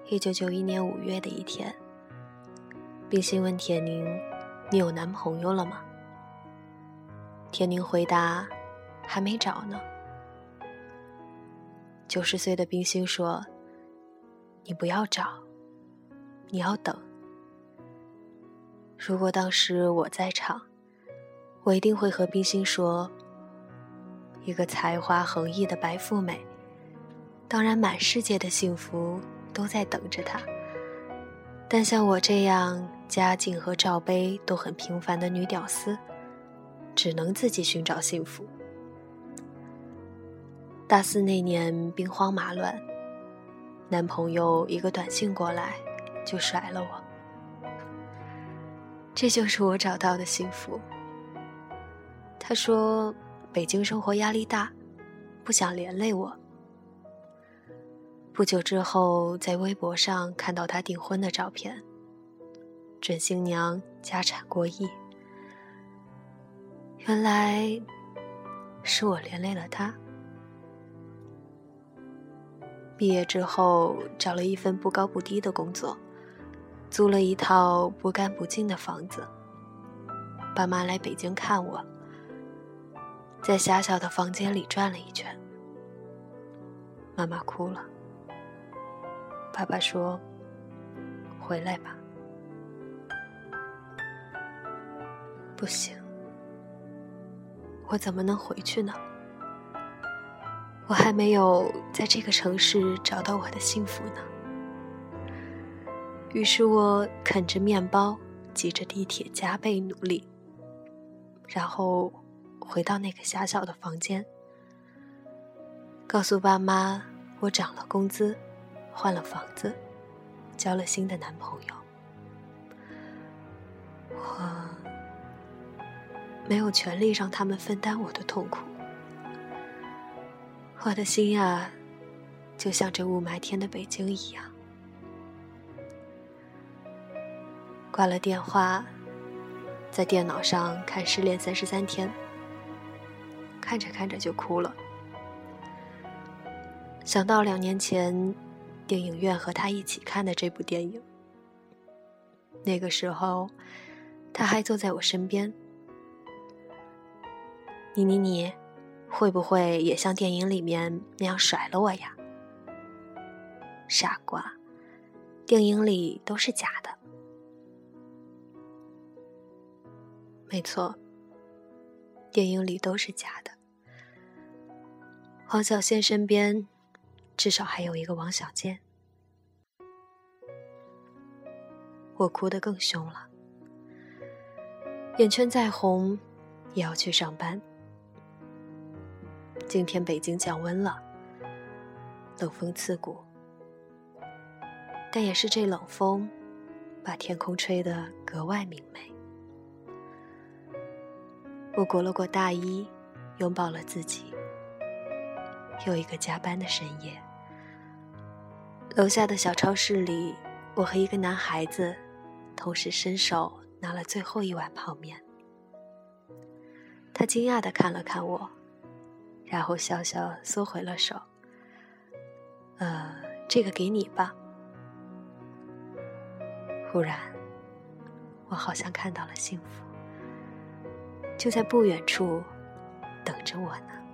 1991年5月的一天，冰心问田宁：“你有男朋友了吗？”田宁回答：“还没找呢。”90岁的冰心说：“你不要找，你要等。如果当时我在场，我一定会和冰心说，一个才华横溢的白富美，当然满世界的幸福都在等着她，但像我这样家境和罩杯都很平凡的女屌丝，只能自己寻找幸福。”大4那年兵荒马乱，男朋友一个短信过来就甩了我。这就是我找到的幸福。他说北京生活压力大，不想连累我。不久之后在微博上看到他订婚的照片，准新娘家产过亿，原来是我连累了他。毕业之后找了一份不高不低的工作，租了一套不干不净的房子。爸妈来北京看我，在狭小的房间里转了一圈，妈妈哭了。爸爸说：“回来吧。”不行，我怎么能回去呢？我还没有在这个城市找到我的幸福呢。于是我啃着面包，挤着地铁，加倍努力，然后回到那个狭小的房间，告诉爸妈我涨了工资，换了房子，交了新的男朋友。我没有权利让他们分担我的痛苦。我的心啊，就像这雾霾天的北京一样。挂了电话，在电脑上看《失恋33天》，看着看着就哭了。想到2年前电影院和他一起看的这部电影，那个时候他还坐在我身边。你会不会也像电影里面那样甩了我呀？傻瓜，电影里都是假的。没错，电影里都是假的。黄小仙身边至少还有一个王小贱。我哭得更凶了，眼圈再红也要去上班。今天北京降温了，冷风刺骨，但也是这冷风把天空吹得格外明媚。我裹了裹大衣，拥抱了自己。又一个加班的深夜，楼下的小超市里，我和一个男孩子同时伸手拿了最后一碗泡面。他惊讶地看了看我，然后笑笑缩回了手。这个给你吧。忽然，我好像看到了幸福，就在不远处等着我呢。